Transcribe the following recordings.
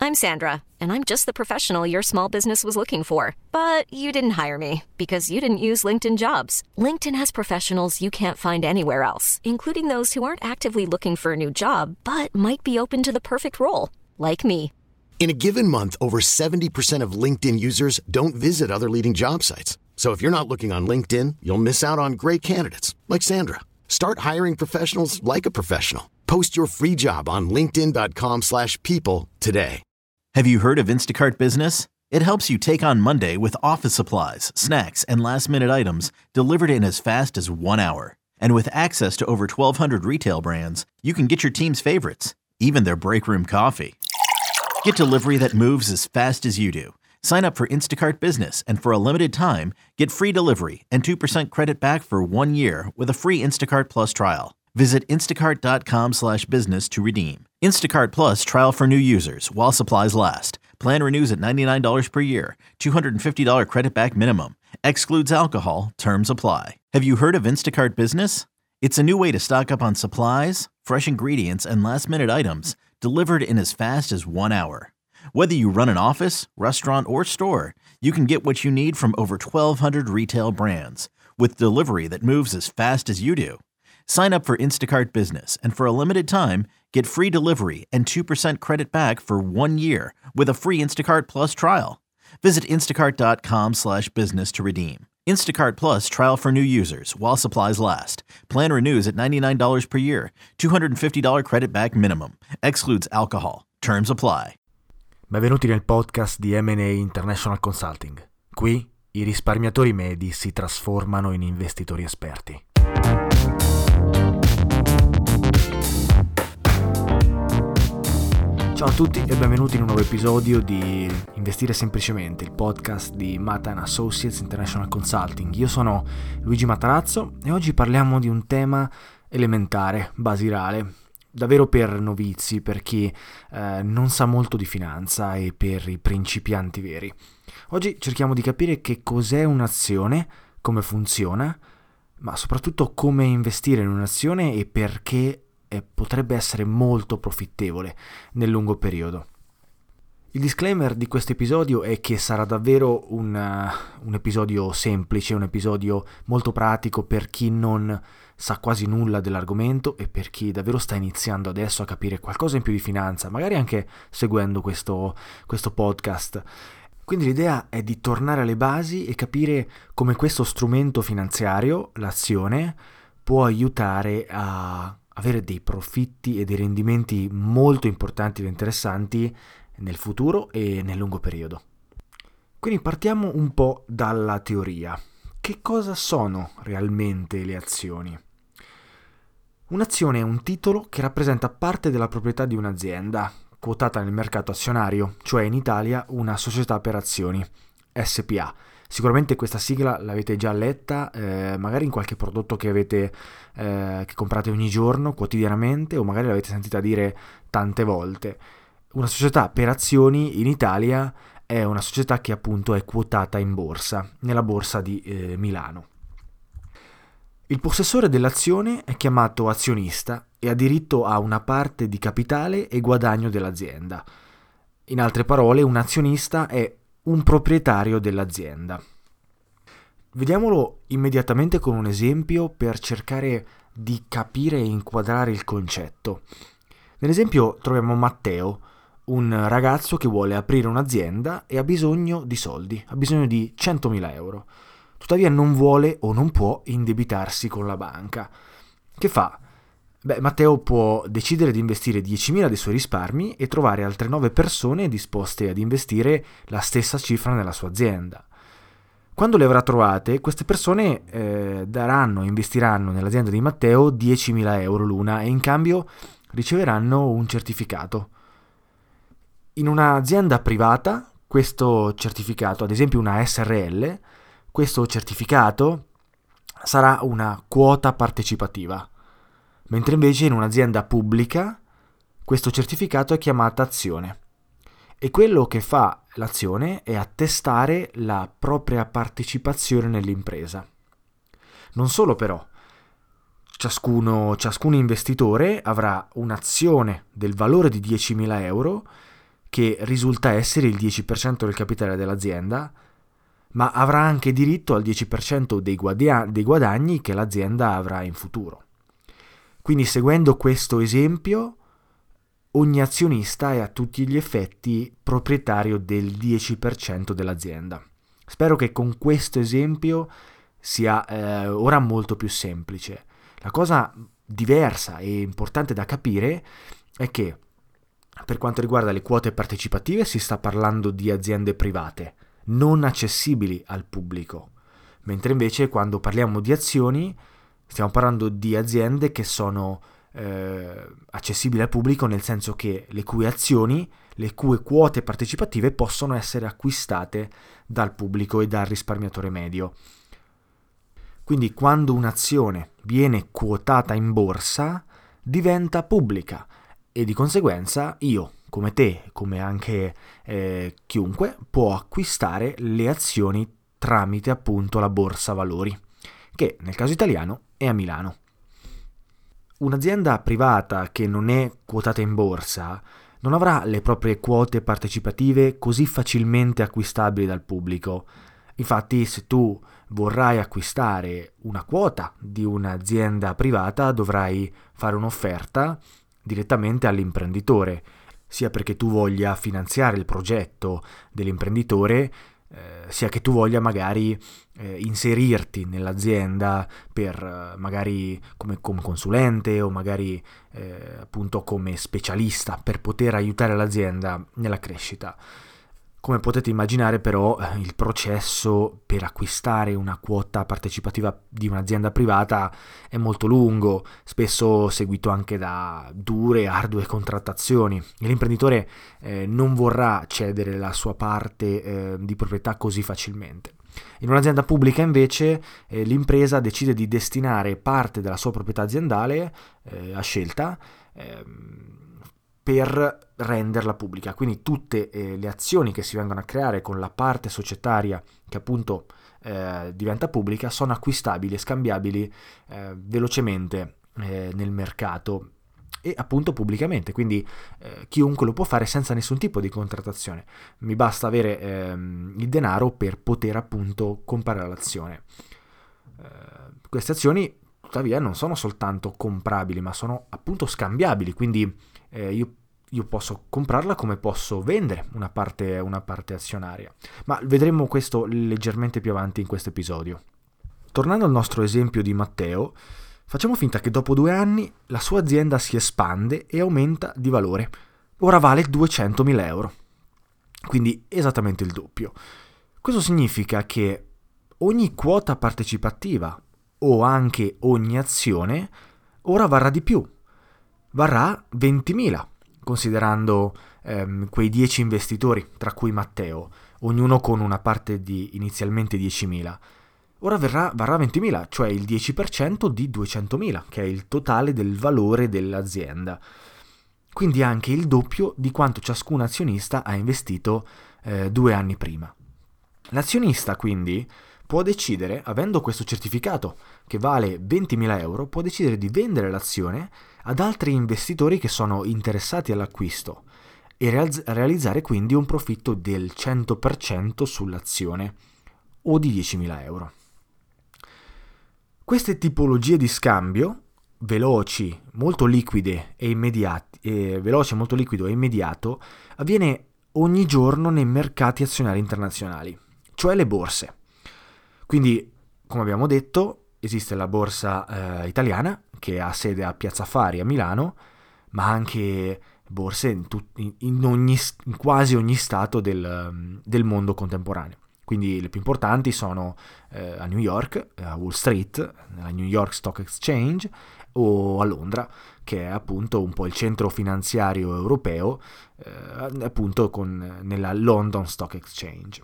I'm Sandra, and I'm just the professional your small business was looking for. But you didn't hire me because you didn't use LinkedIn Jobs. LinkedIn has professionals you can't find anywhere else, including those who aren't actively looking for a new job, but might be open to the perfect role, like me. In a given month, over 70% of LinkedIn users don't visit other leading job sites. So if you're not looking on LinkedIn, you'll miss out on great candidates like Sandra. Start hiring professionals like a professional. Post your free job on linkedin.com/people today. Have you heard of Instacart Business? It helps you take on Monday with office supplies, snacks, and last-minute items delivered in as fast as 1 hour. And with access to over 1,200 retail brands, you can get your team's favorites, even their break room coffee. Get delivery that moves as fast as you do. Sign up for Instacart Business, and for a limited time, get free delivery and 2% credit back for 1 year with a free Instacart Plus trial. Visit instacart.com/business to redeem. Instacart Plus trial for new users while supplies last. Plan renews at $99 per year. $250 credit back minimum. Excludes alcohol. Terms apply. Have you heard of Instacart Business? It's a new way to stock up on supplies, fresh ingredients, and last-minute items delivered in as fast as 1 hour. Whether you run an office, restaurant, or store, you can get what you need from over 1,200 retail brands with delivery that moves as fast as you do. Sign up for Instacart Business, and for a limited time, get free delivery and 2% credit back for 1 year with a free Instacart Plus trial. Visit instacart.com/business to redeem. Instacart Plus trial for new users while supplies last. Plan renews at $99 per year. $250 credit back minimum. Excludes alcohol. Terms apply. Benvenuti nel podcast di M&A International Consulting. Qui i risparmiatori medi si trasformano in investitori esperti. Ciao a tutti e benvenuti in un nuovo episodio di Investire Semplicemente, il podcast di Mata & Associates International Consulting. Io sono Luigi Matarazzo e oggi parliamo di un tema elementare, basilare, davvero per novizi, per chi non sa molto di finanza e per i principianti veri. Oggi cerchiamo di capire che cos'è un'azione, come funziona, ma soprattutto come investire in un'azione e perché potrebbe essere molto profittevole nel lungo periodo. Il disclaimer di questo episodio è che sarà davvero un episodio semplice, un episodio molto pratico per chi non sa quasi nulla dell'argomento e per chi davvero sta iniziando adesso a capire qualcosa in più di finanza, magari anche seguendo questo podcast. Quindi l'idea è di tornare alle basi e capire come questo strumento finanziario, l'azione, può aiutare a avere dei profitti e dei rendimenti molto importanti ed interessanti nel futuro e nel lungo periodo. Quindi partiamo un po' dalla teoria. Che cosa sono realmente le azioni? Un'azione è un titolo che rappresenta parte della proprietà di un'azienda quotata nel mercato azionario, cioè in Italia una società per azioni, SpA. Sicuramente questa sigla l'avete già letta, magari in qualche prodotto che comprate ogni giorno, quotidianamente, o magari l'avete sentita dire tante volte. Una società per azioni in Italia è una società che appunto è quotata in borsa, nella borsa di Milano. Il possessore dell'azione è chiamato azionista e ha diritto a una parte di capitale e guadagno dell'azienda. In altre parole, un azionista è un proprietario dell'azienda. Vediamolo immediatamente con un esempio per cercare di capire e inquadrare il concetto. Nell'esempio troviamo Matteo, un ragazzo che vuole aprire un'azienda e ha bisogno di soldi, ha bisogno di 100.000 euro. Tuttavia non vuole o non può indebitarsi con la banca. Che fa? Matteo può decidere di investire 10.000 dei suoi risparmi e trovare altre 9 persone disposte ad investire la stessa cifra nella sua azienda. Quando le avrà trovate, queste persone investiranno nell'azienda di Matteo 10.000 euro l'una e in cambio riceveranno un certificato. In un'azienda privata, questo certificato, ad esempio una SRL, questo certificato sarà una quota partecipativa. Mentre invece in un'azienda pubblica questo certificato è chiamata azione e quello che fa l'azione è attestare la propria partecipazione nell'impresa. Non solo però, ciascun investitore avrà un'azione del valore di 10.000 euro che risulta essere il 10% del capitale dell'azienda, ma avrà anche diritto al 10% dei guadagni che l'azienda avrà in futuro. Quindi, seguendo questo esempio, ogni azionista è a tutti gli effetti proprietario del 10% dell'azienda. Spero che con questo esempio sia ora molto più semplice. La cosa diversa e importante da capire è che per quanto riguarda le quote partecipative si sta parlando di aziende private, non accessibili al pubblico, mentre invece quando parliamo di azioni stiamo parlando di aziende che sono accessibili al pubblico, nel senso che le cui azioni, le cui quote partecipative possono essere acquistate dal pubblico e dal risparmiatore medio. Quindi quando un'azione viene quotata in borsa diventa pubblica e di conseguenza io, come te, come anche chiunque, può acquistare le azioni tramite appunto la borsa valori, che nel caso italiano è a Milano. Un'azienda privata che non è quotata in borsa non avrà le proprie quote partecipative così facilmente acquistabili dal pubblico. Infatti, se tu vorrai acquistare una quota di un'azienda privata, dovrai fare un'offerta direttamente all'imprenditore, sia perché tu voglia finanziare il progetto dell'imprenditore, sia che tu voglia magari inserirti nell'azienda per magari come consulente o magari appunto come specialista per poter aiutare l'azienda nella crescita. Come potete immaginare però il processo per acquistare una quota partecipativa di un'azienda privata è molto lungo, spesso seguito anche da dure e ardue contrattazioni e l'imprenditore non vorrà cedere la sua parte di proprietà così facilmente. In un'azienda pubblica invece l'impresa decide di destinare parte della sua proprietà aziendale a scelta per renderla pubblica, quindi tutte le azioni che si vengono a creare con la parte societaria che appunto diventa pubblica sono acquistabili e scambiabili velocemente nel mercato e appunto pubblicamente, quindi chiunque lo può fare senza nessun tipo di contrattazione, mi basta avere il denaro per poter appunto comprare l'azione. Queste azioni tuttavia non sono soltanto comprabili, ma sono appunto scambiabili, quindi io posso comprarla come posso vendere una parte azionaria. Ma vedremo questo leggermente più avanti in questo episodio. Tornando al nostro esempio di Matteo, facciamo finta che dopo 2 anni la sua azienda si espande e aumenta di valore. Ora vale 200.000 euro, quindi esattamente il doppio. Questo significa che ogni quota partecipativa o anche ogni azione ora varrà di più, varrà 20.000, considerando quei 10 investitori, tra cui Matteo, ognuno con una parte di inizialmente 10.000. Ora varrà 20.000, cioè il 10% di 200.000, che è il totale del valore dell'azienda. Quindi anche il doppio di quanto ciascun azionista ha investito 2 anni prima. L'azionista quindi può decidere, avendo questo certificato che vale 20.000 euro, può decidere di vendere l'azione ad altri investitori che sono interessati all'acquisto e realizzare quindi un profitto del 100% sull'azione o di 10.000 euro. Queste tipologie di scambio, veloci, molto liquido e immediato, avviene ogni giorno nei mercati azionari internazionali, cioè le borse. Quindi, come abbiamo detto, esiste la borsa italiana che ha sede a Piazza Affari a Milano, ma anche borse in quasi ogni stato del mondo contemporaneo. Quindi le più importanti sono a New York, a Wall Street, nella New York Stock Exchange, o a Londra, che è appunto un po' il centro finanziario europeo, appunto nella London Stock Exchange.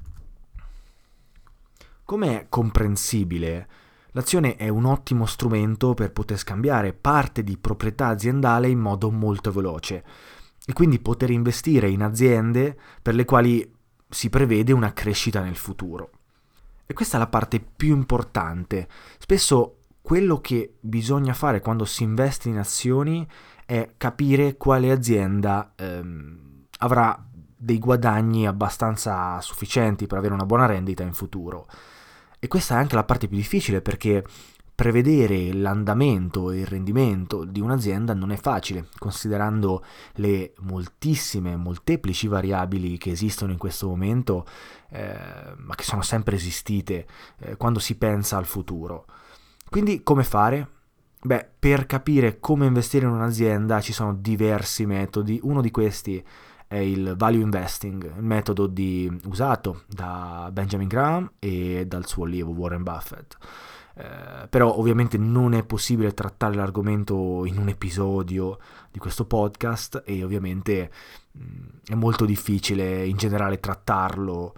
Come è comprensibile, l'azione è un ottimo strumento per poter scambiare parte di proprietà aziendale in modo molto veloce e quindi poter investire in aziende per le quali si prevede una crescita nel futuro. E questa è la parte più importante. Spesso quello che bisogna fare quando si investe in azioni è capire quale azienda avrà dei guadagni abbastanza sufficienti per avere una buona rendita in futuro. E questa è anche la parte più difficile, perché prevedere l'andamento e il rendimento di un'azienda non è facile, considerando le molteplici variabili che esistono in questo momento, ma che sono sempre esistite quando si pensa al futuro. Quindi come fare? Per capire come investire in un'azienda ci sono diversi metodi. Uno di questi è il value investing, il metodo usato da Benjamin Graham e dal suo allievo Warren Buffett. Però ovviamente non è possibile trattare l'argomento in un episodio di questo podcast, e ovviamente è molto difficile in generale trattarlo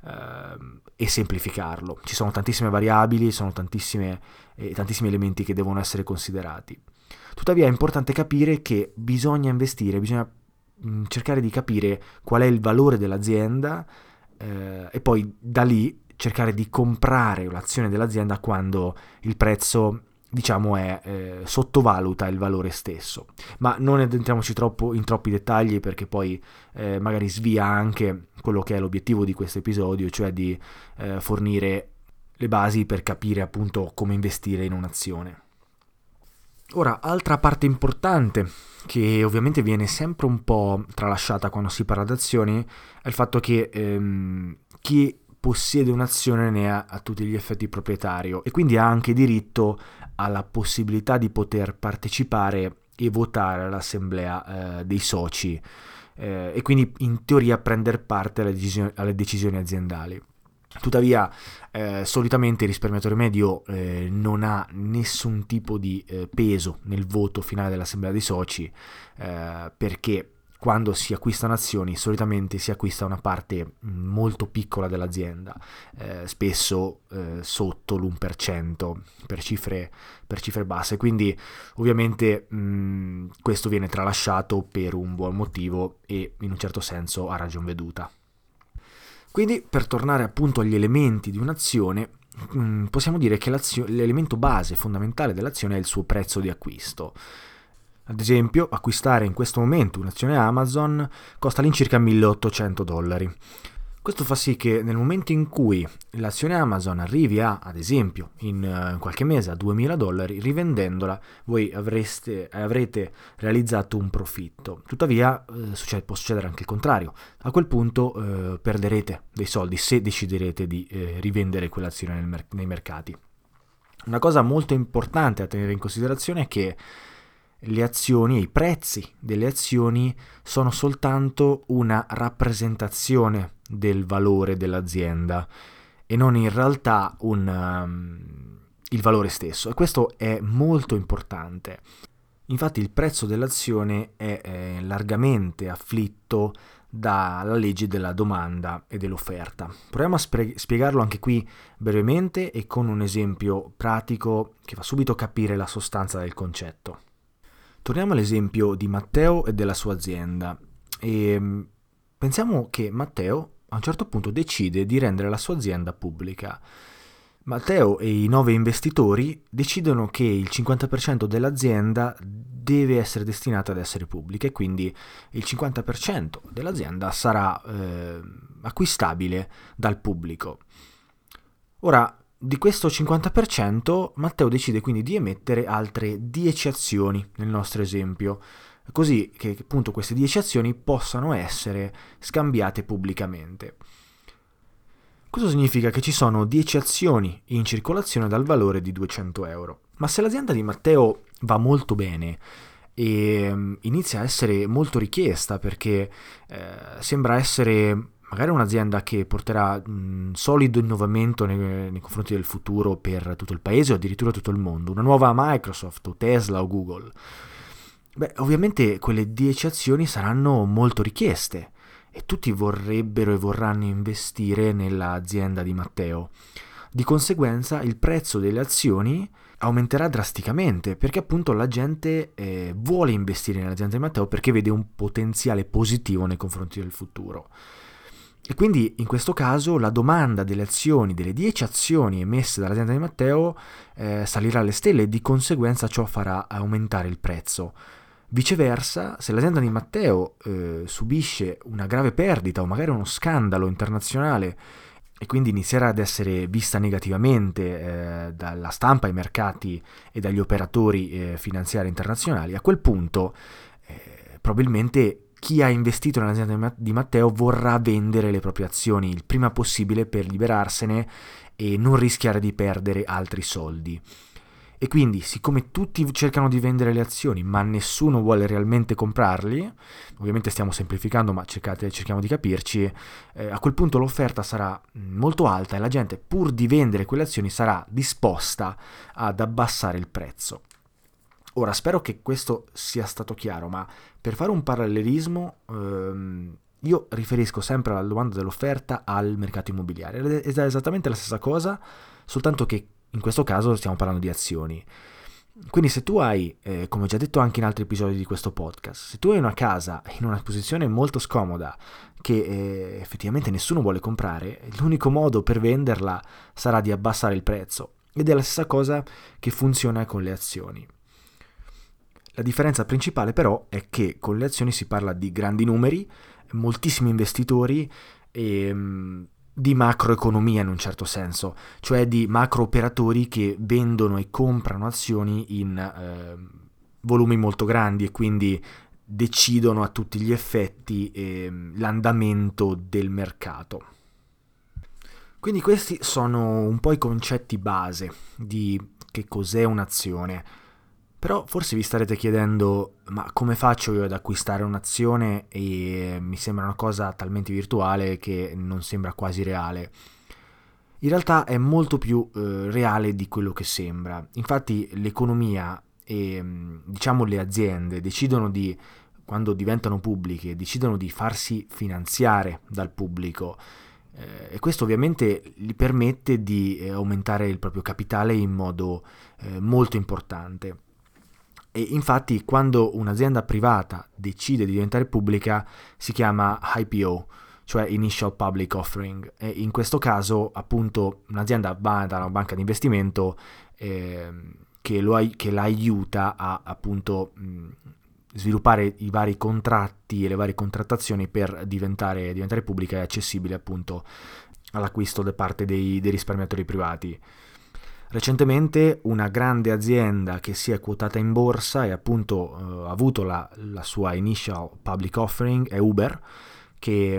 e semplificarlo. Ci sono tantissime variabili, sono tantissimi elementi che devono essere considerati. Tuttavia è importante capire che bisogna investire, bisogna cercare di capire qual è il valore dell'azienda e poi da lì cercare di comprare l'azione dell'azienda quando il prezzo, diciamo, sottovaluta il valore stesso. Ma non addentriamoci troppo in troppi dettagli, perché poi magari svia anche quello che è l'obiettivo di questo episodio, cioè di fornire le basi per capire appunto come investire in un'azione. Ora, altra parte importante che ovviamente viene sempre un po' tralasciata quando si parla d'azioni è il fatto che chi possiede un'azione ne ha a tutti gli effetti proprietario, e quindi ha anche diritto alla possibilità di poter partecipare e votare all'assemblea dei soci e quindi in teoria prendere parte alle decisioni aziendali. Tuttavia solitamente il risparmiatore medio non ha nessun tipo di peso nel voto finale dell'assemblea dei soci, perché quando si acquistano azioni solitamente si acquista una parte molto piccola dell'azienda, spesso sotto l'1% per cifre basse, quindi ovviamente questo viene tralasciato per un buon motivo e in un certo senso a ragion veduta. Quindi, per tornare appunto agli elementi di un'azione, possiamo dire che l'elemento base fondamentale dell'azione è il suo prezzo di acquisto. Ad esempio, acquistare in questo momento un'azione Amazon costa all'incirca $1.800. Questo fa sì che nel momento in cui l'azione Amazon arrivi ad esempio, in qualche mese a $2.000, rivendendola voi avrete realizzato un profitto. Tuttavia può succedere anche il contrario. A quel punto perderete dei soldi se deciderete di rivendere quell'azione nei mercati. Una cosa molto importante a tenere in considerazione è che le azioni e i prezzi delle azioni sono soltanto una rappresentazione del valore dell'azienda e non in realtà il valore stesso, e questo è molto importante. Infatti il prezzo dell'azione è largamente afflitto dalla legge della domanda e dell'offerta. Proviamo a spiegarlo anche qui brevemente e con un esempio pratico che fa subito capire la sostanza del concetto. Torniamo all'esempio di Matteo e della sua azienda e pensiamo che Matteo a un certo punto decide di rendere la sua azienda pubblica. Matteo e i 9 investitori decidono che il 50% dell'azienda deve essere destinata ad essere pubblica e quindi il 50% dell'azienda sarà acquistabile dal pubblico. Ora, di questo 50%, Matteo decide quindi di emettere altre 10 azioni nel nostro esempio, così che appunto queste 10 azioni possano essere scambiate pubblicamente. Questo significa che ci sono 10 azioni in circolazione dal valore di €200. Ma se l'azienda di Matteo va molto bene e inizia a essere molto richiesta, perché sembra essere magari un'azienda che porterà un solido innovamento nei confronti del futuro per tutto il paese o addirittura tutto il mondo, una nuova Microsoft o Tesla o Google, ovviamente quelle 10 azioni saranno molto richieste e tutti vorrebbero e vorranno investire nell'azienda di Matteo. Di conseguenza il prezzo delle azioni aumenterà drasticamente, perché appunto la gente vuole investire nell'azienda di Matteo perché vede un potenziale positivo nei confronti del futuro. E quindi in questo caso la domanda delle azioni, delle 10 azioni emesse dall'azienda di Matteo salirà alle stelle e di conseguenza ciò farà aumentare il prezzo. Viceversa, se l'azienda di Matteo subisce una grave perdita o magari uno scandalo internazionale e quindi inizierà ad essere vista negativamente dalla stampa, ai mercati e dagli operatori finanziari internazionali, a quel punto probabilmente chi ha investito nell'azienda di Matteo vorrà vendere le proprie azioni il prima possibile per liberarsene e non rischiare di perdere altri soldi. E quindi, siccome tutti cercano di vendere le azioni, ma nessuno vuole realmente comprarli, ovviamente stiamo semplificando, ma cerchiamo di capirci, a quel punto l'offerta sarà molto alta e la gente, pur di vendere quelle azioni, sarà disposta ad abbassare il prezzo. Ora, spero che questo sia stato chiaro, ma per fare un parallelismo, io riferisco sempre alla domanda dell'offerta al mercato immobiliare. Ed è esattamente la stessa cosa, soltanto che in questo caso stiamo parlando di azioni. Quindi se tu hai, come ho già detto anche in altri episodi di questo podcast, se tu hai una casa in una posizione molto scomoda che effettivamente nessuno vuole comprare, l'unico modo per venderla sarà di abbassare il prezzo. Ed è la stessa cosa che funziona con le azioni. La differenza principale però è che con le azioni si parla di grandi numeri, moltissimi investitori e di macroeconomia in un certo senso, cioè di macro operatori che vendono e comprano azioni in volumi molto grandi e quindi decidono a tutti gli effetti l'andamento del mercato. Quindi questi sono un po' i concetti base di che cos'è un'azione. Però forse vi starete chiedendo, ma come faccio io ad acquistare un'azione e mi sembra una cosa talmente virtuale che non sembra quasi reale? In realtà è molto più reale di quello che sembra. Infatti l'economia e diciamo le aziende quando diventano pubbliche, decidono di farsi finanziare dal pubblico e questo ovviamente gli permette di aumentare il proprio capitale in modo molto importante. E infatti quando un'azienda privata decide di diventare pubblica si chiama IPO, cioè Initial Public Offering, e in questo caso appunto un'azienda va da una banca di investimento che la aiuta a appunto sviluppare i vari contratti e le varie contrattazioni per diventare pubblica e accessibile appunto all'acquisto da parte dei risparmiatori privati. Recentemente una grande azienda che si è quotata in borsa e appunto ha avuto la sua initial public offering è Uber, che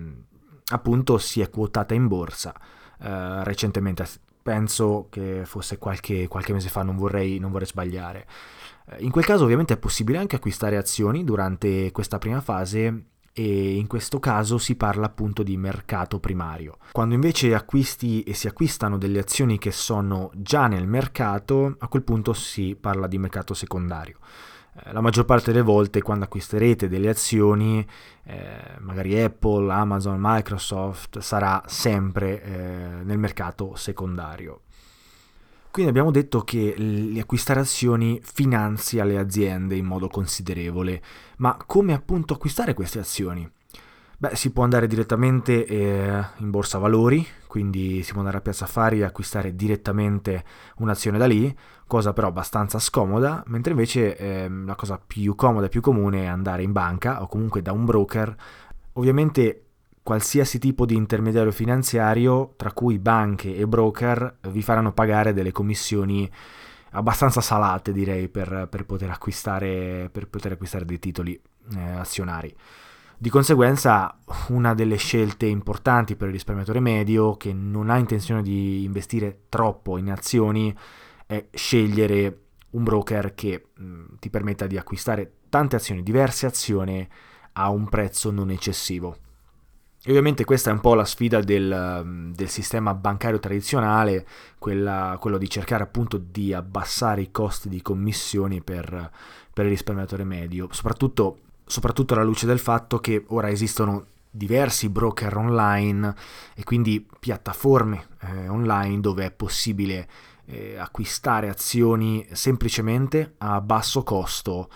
appunto si è quotata in borsa recentemente, penso che fosse qualche mese fa, non vorrei sbagliare. In quel caso ovviamente è possibile anche acquistare azioni durante questa prima fase e in questo caso si parla appunto di mercato primario. Quando invece acquisti e si acquistano delle azioni che sono già nel mercato, a quel punto si parla di mercato secondario. La maggior parte delle volte quando acquisterete delle azioni, magari Apple, Amazon, Microsoft, sarà sempre nel mercato secondario. Quindi abbiamo detto che acquistare azioni finanzia le aziende in modo considerevole, ma come appunto acquistare queste azioni? Beh, si può andare direttamente in borsa valori, quindi si può andare a Piazza Affari e acquistare direttamente un'azione da lì, cosa però abbastanza scomoda, mentre invece la cosa più comoda e più comune è andare in banca o comunque da un broker. Ovviamente qualsiasi tipo di intermediario finanziario, tra cui banche e broker, vi faranno pagare delle commissioni abbastanza salate, direi, per poter acquistare dei titoli azionari. Di conseguenza, una delle scelte importanti per il risparmiatore medio che non ha intenzione di investire troppo in azioni è scegliere un broker che ti permetta di acquistare tante azioni, diverse azioni, a un prezzo non eccessivo. E ovviamente questa è un po' la sfida del sistema bancario tradizionale, quello di cercare appunto di abbassare i costi di commissioni per il risparmiatore medio, soprattutto alla luce del fatto che ora esistono diversi broker online e quindi piattaforme online dove è possibile acquistare azioni semplicemente a basso costo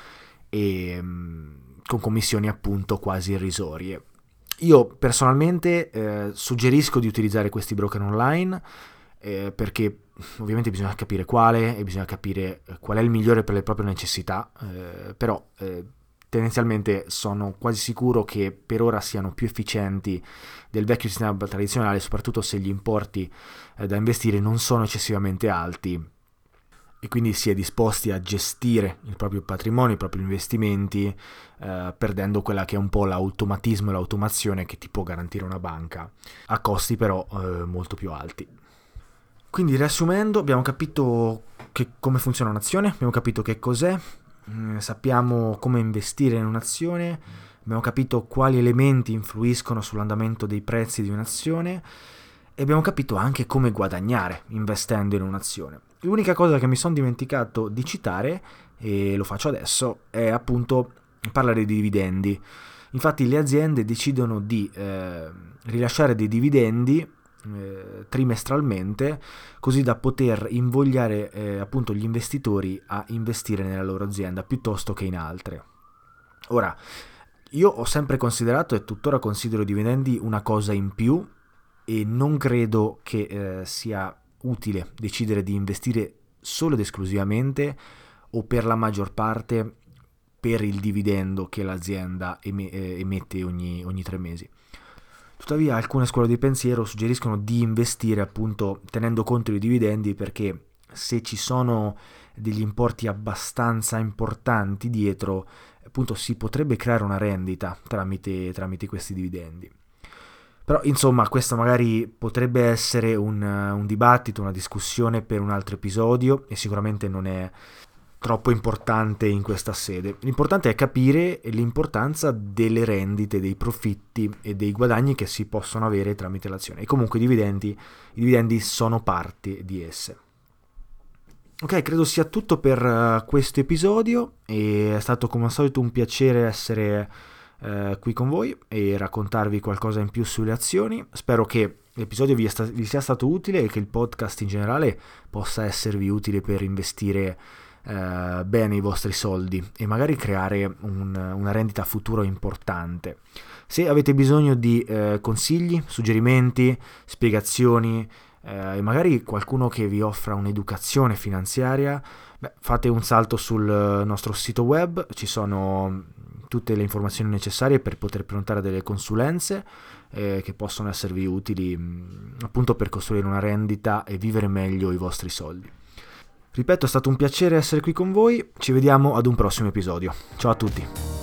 e con commissioni appunto quasi irrisorie. Io personalmente suggerisco di utilizzare questi broker online perché ovviamente bisogna capire quale e bisogna capire qual è il migliore per le proprie necessità, però tendenzialmente sono quasi sicuro che per ora siano più efficienti del vecchio sistema tradizionale, soprattutto se gli importi da investire non sono eccessivamente alti e quindi si è disposti a gestire il proprio patrimonio, i propri investimenti, perdendo quella che è un po' l'automatismo e l'automazione che ti può garantire una banca, a costi però molto più alti. Quindi riassumendo, abbiamo capito come funziona un'azione, abbiamo capito che cos'è, sappiamo come investire in un'azione, abbiamo capito quali elementi influiscono sull'andamento dei prezzi di un'azione e abbiamo capito anche come guadagnare investendo in un'azione. L'unica cosa che mi sono dimenticato di citare, e lo faccio adesso, è appunto parlare di dividendi. Infatti le aziende decidono di rilasciare dei dividendi trimestralmente, così da poter invogliare appunto gli investitori a investire nella loro azienda piuttosto che in altre. Ora, io ho sempre considerato e tuttora considero i dividendi una cosa in più e non credo che sia utile decidere di investire solo ed esclusivamente o per la maggior parte per il dividendo che l'azienda emette ogni 3 mesi. Tuttavia alcune scuole di pensiero suggeriscono di investire appunto tenendo conto dei dividendi, perché se ci sono degli importi abbastanza importanti dietro, appunto si potrebbe creare una rendita tramite questi dividendi. Però insomma questo magari potrebbe essere un dibattito, una discussione per un altro episodio e sicuramente non è troppo importante in questa sede. L'importante è capire l'importanza delle rendite, dei profitti e dei guadagni che si possono avere tramite l'azione. E comunque i dividendi sono parte di esse. Ok, credo sia tutto per questo episodio e è stato come al solito un piacere essere qui con voi e raccontarvi qualcosa in più sulle azioni. Spero che l'episodio vi sia stato utile e che il podcast in generale possa esservi utile per investire bene i vostri soldi e magari creare una rendita futuro importante. Se avete bisogno di consigli, suggerimenti, spiegazioni e magari qualcuno che vi offra un'educazione finanziaria, fate un salto sul nostro sito web, ci sono tutte le informazioni necessarie per poter prenotare delle consulenze che possono esservi utili appunto per costruire una rendita e vivere meglio i vostri soldi. Ripeto, è stato un piacere essere qui con voi, ci vediamo ad un prossimo episodio. Ciao a tutti!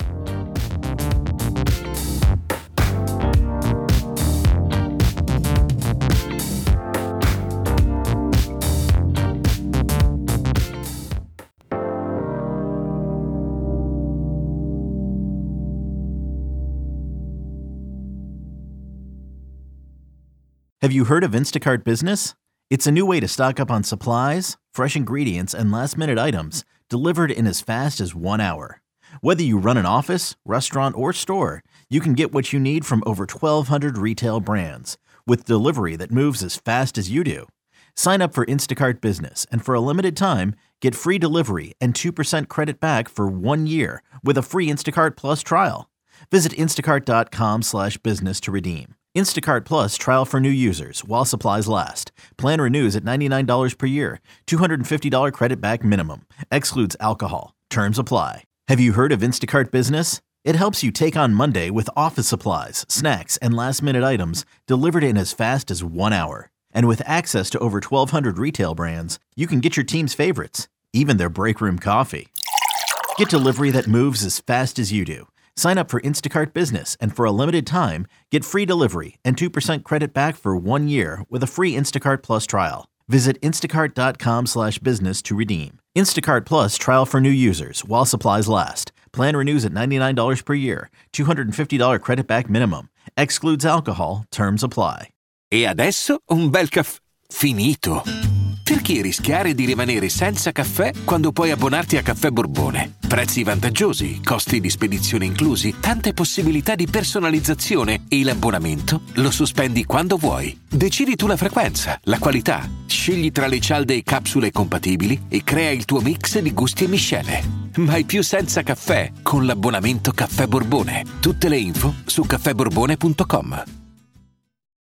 Have you heard of Instacart Business? It's a new way to stock up on supplies, fresh ingredients, and last-minute items delivered in as fast as 1 hour. Whether you run an office, restaurant, or store, you can get what you need from over 1,200 retail brands with delivery that moves as fast as you do. Sign up for Instacart Business, and for a limited time, get free delivery and 2% credit back for 1 year with a free Instacart Plus trial. Visit instacart.com/business to redeem. Instacart Plus trial for new users while supplies last. Plan renews at $99 per year. $250 credit back minimum. Excludes alcohol. Terms apply. Have you heard of Instacart Business? It helps you take on Monday with office supplies, snacks, and last-minute items delivered in as fast as 1 hour. And with access to over 1,200 retail brands, you can get your team's favorites, even their break room coffee. Get delivery that moves as fast as you do. Sign up for Instacart Business, and for a limited time, get free delivery and 2% credit back for 1 year with a free Instacart Plus trial. Visit instacart.com/business to redeem. Instacart Plus trial for new users while supplies last. Plan renews at $99 per year. $250 credit back minimum. Excludes alcohol. Terms apply. E adesso un bel caffè finito. Perché rischiare di rimanere senza caffè quando puoi abbonarti a Caffè Borbone? Prezzi vantaggiosi, costi di spedizione inclusi, tante possibilità di personalizzazione e l'abbonamento lo sospendi quando vuoi. Decidi tu la frequenza, la qualità, scegli tra le cialde e capsule compatibili e crea il tuo mix di gusti e miscele. Mai più senza caffè con l'abbonamento Caffè Borbone. Tutte le info su caffèborbone.com.